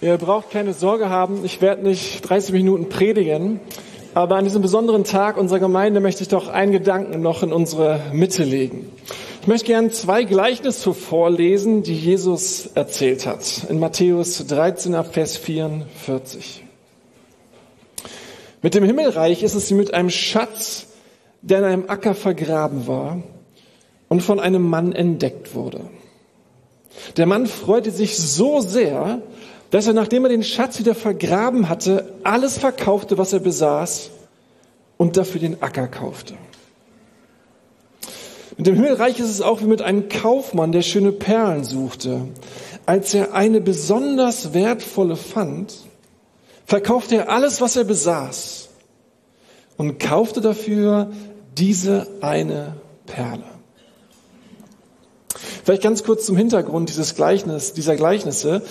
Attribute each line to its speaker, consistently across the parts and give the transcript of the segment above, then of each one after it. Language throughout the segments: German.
Speaker 1: Ihr braucht keine Sorge haben, ich werde nicht 30 Minuten predigen, aber an diesem besonderen Tag unserer Gemeinde möchte ich doch einen Gedanken noch in unsere Mitte legen. Ich möchte gerne 2 Gleichnisse vorlesen, die Jesus erzählt hat, in Matthäus 13 ab Vers 44. Mit dem Himmelreich ist es wie mit einem Schatz, der in einem Acker vergraben war und von einem Mann entdeckt wurde. Der Mann freute sich so sehr, dass er, nachdem er den Schatz wieder vergraben hatte, alles verkaufte, was er besaß und dafür den Acker kaufte. Mit dem Himmelreich ist es auch wie mit einem Kaufmann, der schöne Perlen suchte. Als er eine besonders wertvolle fand, verkaufte er alles, was er besaß und kaufte dafür diese eine Perle. Vielleicht ganz kurz zum Hintergrund dieser Gleichnisse.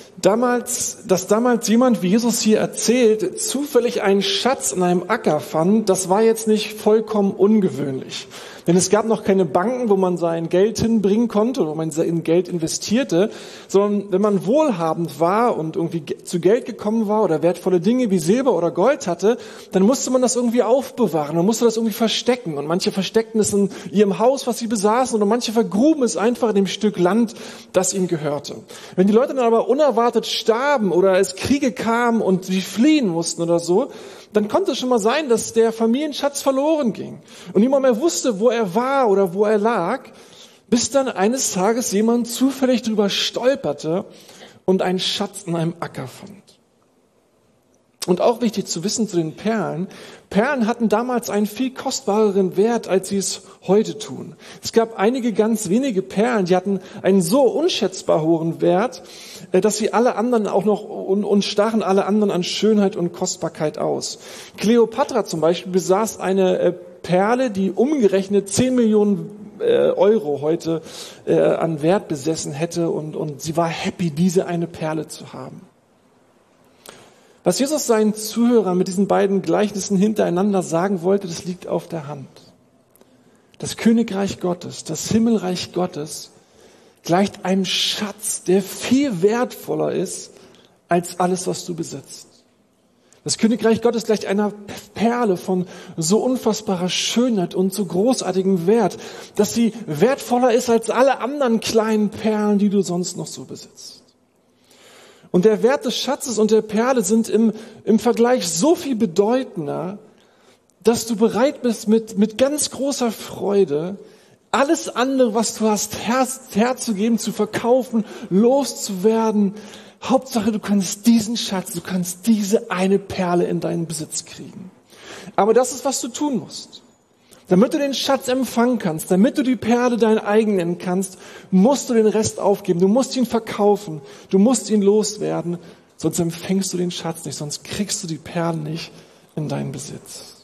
Speaker 1: Dass damals jemand, wie Jesus hier erzählt, zufällig einen Schatz in einem Acker fand, das war jetzt nicht vollkommen ungewöhnlich. Denn es gab noch keine Banken, wo man sein Geld hinbringen konnte oder wo man sein Geld investierte, sondern wenn man wohlhabend war und irgendwie zu Geld gekommen war oder wertvolle Dinge wie Silber oder Gold hatte, dann musste man das irgendwie aufbewahren, man musste das irgendwie verstecken. Und manche versteckten es in ihrem Haus, was sie besaßen, oder manche vergruben es einfach in dem Stück Land, das ihnen gehörte. Wenn die Leute dann aber unerwartet starben oder es Kriege kamen und sie fliehen mussten oder so, dann konnte es schon mal sein, dass der Familienschatz verloren ging und niemand mehr wusste, wo er war oder wo er lag, bis dann eines Tages jemand zufällig drüber stolperte und einen Schatz in einem Acker fand. Und auch wichtig zu wissen zu den Perlen. Perlen hatten damals einen viel kostbareren Wert, als sie es heute tun. Es gab einige ganz wenige Perlen, die hatten einen so unschätzbar hohen Wert, dass sie alle anderen auch noch und stachen alle anderen an Schönheit und Kostbarkeit aus. Kleopatra zum Beispiel besaß eine Perle, die umgerechnet 10 Millionen Euro heute an Wert besessen hätte und sie war happy, diese eine Perle zu haben. Was Jesus seinen Zuhörern mit diesen beiden Gleichnissen hintereinander sagen wollte, das liegt auf der Hand. Das Königreich Gottes, das Himmelreich Gottes gleicht einem Schatz, der viel wertvoller ist als alles, was du besitzt. Das Königreich Gottes gleicht einer Perle von so unfassbarer Schönheit und so großartigem Wert, dass sie wertvoller ist als alle anderen kleinen Perlen, die du sonst noch so besitzt. Und der Wert des Schatzes und der Perle sind im Vergleich so viel bedeutender, dass du bereit bist, mit ganz großer Freude alles andere, was du hast, herzugeben, zu verkaufen, loszuwerden. Hauptsache, du kannst diesen Schatz, du kannst diese eine Perle in deinen Besitz kriegen. Aber das ist, was du tun musst. Damit du den Schatz empfangen kannst, damit du die Perle dein eigen nennen kannst, musst du den Rest aufgeben. Du musst ihn verkaufen, du musst ihn loswerden, sonst empfängst du den Schatz nicht, sonst kriegst du die Perle nicht in deinen Besitz.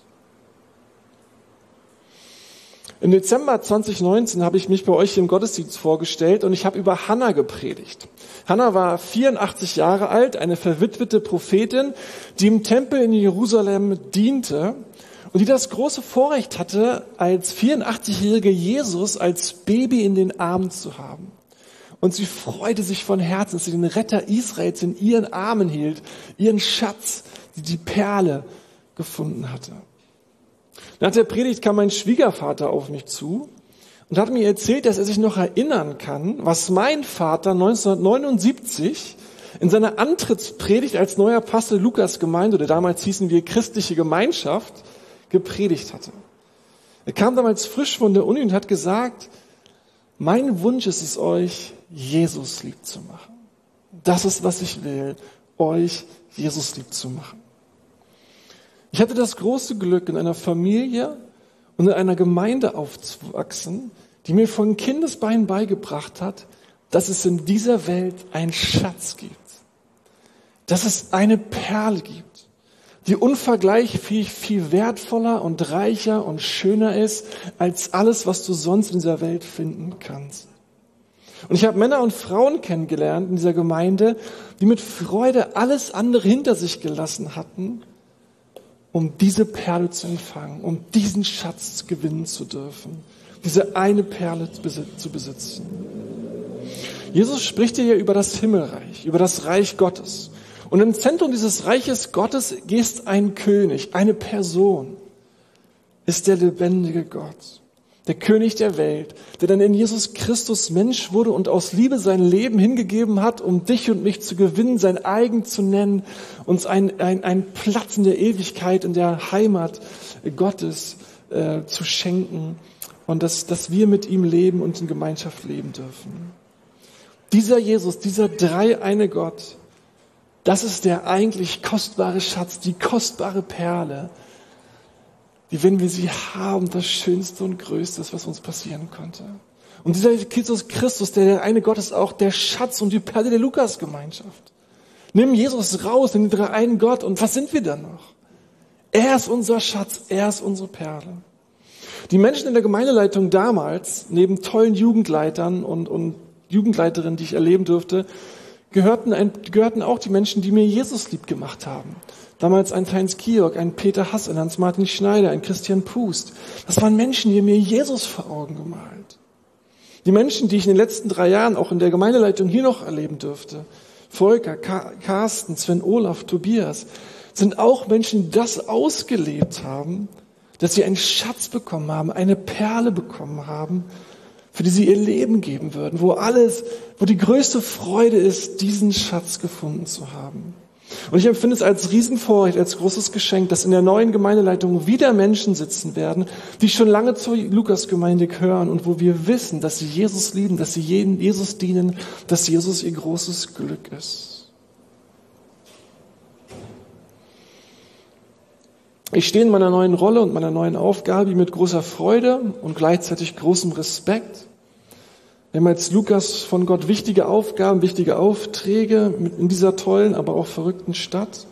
Speaker 1: Im Dezember 2019 habe ich mich bei euch im Gottesdienst vorgestellt und ich habe über Hannah gepredigt. Hannah war 84 Jahre alt, eine verwitwete Prophetin, die im Tempel in Jerusalem diente und die das große Vorrecht hatte, als 84-jährige Jesus als Baby in den Armen zu haben. Und sie freute sich von Herzen, dass sie den Retter Israels in ihren Armen hielt, ihren Schatz, die Perle gefunden hatte. Nach der Predigt kam mein Schwiegervater auf mich zu und hat mir erzählt, dass er sich noch erinnern kann, was mein Vater 1979 in seiner Antrittspredigt als neuer Pastor Lukas-Gemeinde, oder damals hießen wir Christliche Gemeinschaft, gepredigt hatte. Er kam damals frisch von der Uni und hat gesagt, mein Wunsch ist es, euch Jesus lieb zu machen. Das ist, was ich will, euch Jesus lieb zu machen. Ich hatte das große Glück, in einer Familie und in einer Gemeinde aufzuwachsen, die mir von Kindesbeinen beigebracht hat, dass es in dieser Welt einen Schatz gibt. Dass es eine Perle gibt, die unvergleichlich viel wertvoller und reicher und schöner ist, als alles, was du sonst in dieser Welt finden kannst. Und ich habe Männer und Frauen kennengelernt in dieser Gemeinde, die mit Freude alles andere hinter sich gelassen hatten, um diese Perle zu empfangen, um diesen Schatz gewinnen zu dürfen, diese eine Perle zu besitzen. Jesus spricht hier über das Himmelreich, über das Reich Gottes. Und im Zentrum dieses Reiches Gottes ist ein König, eine Person, ist der lebendige Gott. Der König der Welt, der dann in Jesus Christus Mensch wurde und aus Liebe sein Leben hingegeben hat, um dich und mich zu gewinnen, sein eigen zu nennen, uns einen Platz in der Ewigkeit, in der Heimat Gottes zu schenken und dass wir mit ihm leben und in Gemeinschaft leben dürfen. Dieser Jesus, dieser dreieine Gott, das ist der eigentlich kostbare Schatz, die kostbare Perle, die, wenn wir sie haben, das Schönste und Größte ist, was uns passieren konnte. Und dieser Jesus Christus, der eine Gott ist, auch der Schatz und die Perle der Lukasgemeinschaft. Nimm Jesus raus in den dreieinen Gott und was sind wir dann noch? Er ist unser Schatz, er ist unsere Perle. Die Menschen in der Gemeindeleitung damals, neben tollen Jugendleitern und Jugendleiterinnen, die ich erleben durfte, gehörten auch die Menschen, die mir Jesus lieb gemacht haben. Damals ein Heinz Kiock, ein Peter Hass, ein Hans-Martin Schneider, ein Christian Pust. Das waren Menschen, die mir Jesus vor Augen gemalt. Die Menschen, die ich in den letzten 3 Jahren auch in der Gemeindeleitung hier noch erleben durfte, Volker, Carsten, Sven Olaf, Tobias, sind auch Menschen, die das ausgelebt haben, dass sie einen Schatz bekommen haben, eine Perle bekommen haben, für die sie ihr Leben geben würden, wo die größte Freude ist, diesen Schatz gefunden zu haben. Und ich empfinde es als Riesenvorrecht, als großes Geschenk, dass in der neuen Gemeindeleitung wieder Menschen sitzen werden, die schon lange zur Lukasgemeinde gehören und wo wir wissen, dass sie Jesus lieben, dass sie Jesus dienen, dass Jesus ihr großes Glück ist. Ich stehe in meiner neuen Rolle und meiner neuen Aufgabe mit großer Freude und gleichzeitig großem Respekt. Wir haben als Lukas von Gott wichtige Aufgaben, wichtige Aufträge in dieser tollen, aber auch verrückten Stadt.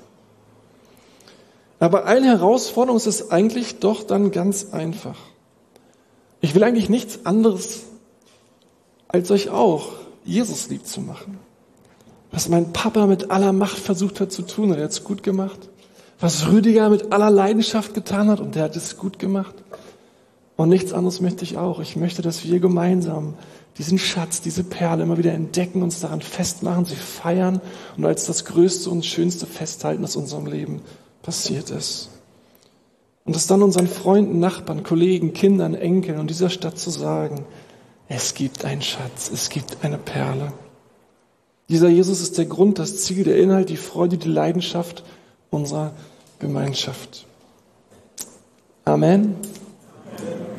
Speaker 1: Aber eine Herausforderung ist es eigentlich doch dann ganz einfach. Ich will eigentlich nichts anderes, als euch auch Jesus lieb zu machen. Was mein Papa mit aller Macht versucht hat zu tun, und er hat es gut gemacht. Was Rüdiger mit aller Leidenschaft getan hat, und der hat es gut gemacht. Und nichts anderes möchte ich auch. Ich möchte, dass wir gemeinsam diesen Schatz, diese Perle immer wieder entdecken, uns daran festmachen, sie feiern und als das Größte und Schönste festhalten, was in unserem Leben passiert ist. Und es dann unseren Freunden, Nachbarn, Kollegen, Kindern, Enkeln und dieser Stadt zu sagen, es gibt einen Schatz, es gibt eine Perle. Dieser Jesus ist der Grund, das Ziel, der Inhalt, die Freude, die Leidenschaft unserer Gemeinschaft. Amen.